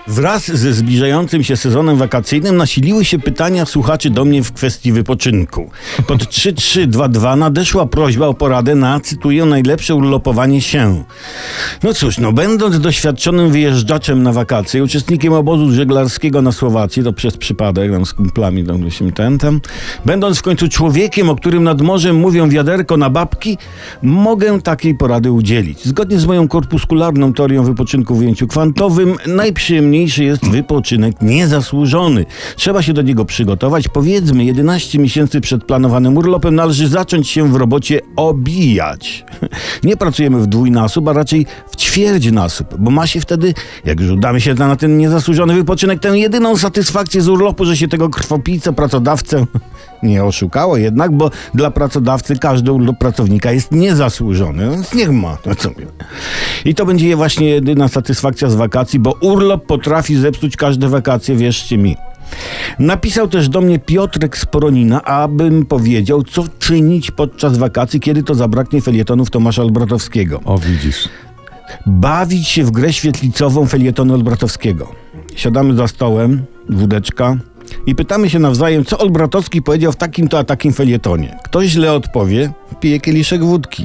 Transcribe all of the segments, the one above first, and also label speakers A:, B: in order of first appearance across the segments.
A: Wraz ze zbliżającym się sezonem wakacyjnym nasiliły się pytania słuchaczy do mnie w kwestii wypoczynku. Pod 3322 nadeszła prośba o poradę na, cytuję, najlepsze urlopowanie się. No cóż, będąc doświadczonym wyjeżdżaczem na wakacje, uczestnikiem obozu żeglarskiego na Słowacji, to przez przypadek, tam z kumplami, będąc w końcu człowiekiem, o którym nad morzem mówią wiaderko na babki, mogę takiej porady udzielić. Zgodnie z moją korpuskularną teorią wypoczynku w ujęciu kwantowym, najprzyjemniejszy jest wypoczynek niezasłużony. Trzeba się do niego przygotować. Powiedzmy, 11 miesięcy przed planowanym urlopem należy zacząć się w robocie obijać. Nie pracujemy w dwójnasób, a raczej w ćwierćnasób, bo ma się wtedy, jak już udamy się na ten niezasłużony wypoczynek, tę jedyną satysfakcję z urlopu, że się tego krwopijcę pracodawcę nie oszukało jednak, bo dla pracodawcy każdy urlop pracownika jest niezasłużony, więc niech ma. I to będzie właśnie jedyna satysfakcja z wakacji, bo urlop potrafi zepsuć każde wakacje, wierzcie mi. Napisał też do mnie Piotrek z Poronina, abym powiedział, co czynić podczas wakacji, kiedy to zabraknie felietonów Tomasza Olbratowskiego.
B: O, widzisz.
A: Bawić się w grę świetlicową felietonu Olbratowskiego. Siadamy za stołem, wódeczka i pytamy się nawzajem, co Olbratowski powiedział w takim to a takim felietonie. Kto źle odpowie, pije kieliszek wódki.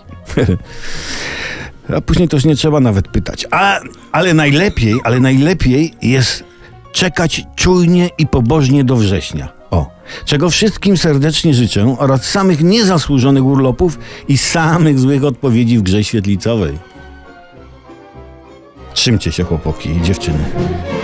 A: A później to już nie trzeba nawet pytać. Ale najlepiej jest czekać czujnie i pobożnie do września. Czego wszystkim serdecznie życzę oraz samych niezasłużonych urlopów i samych złych odpowiedzi w grze świetlicowej. Trzymcie się, chłopaki i dziewczyny.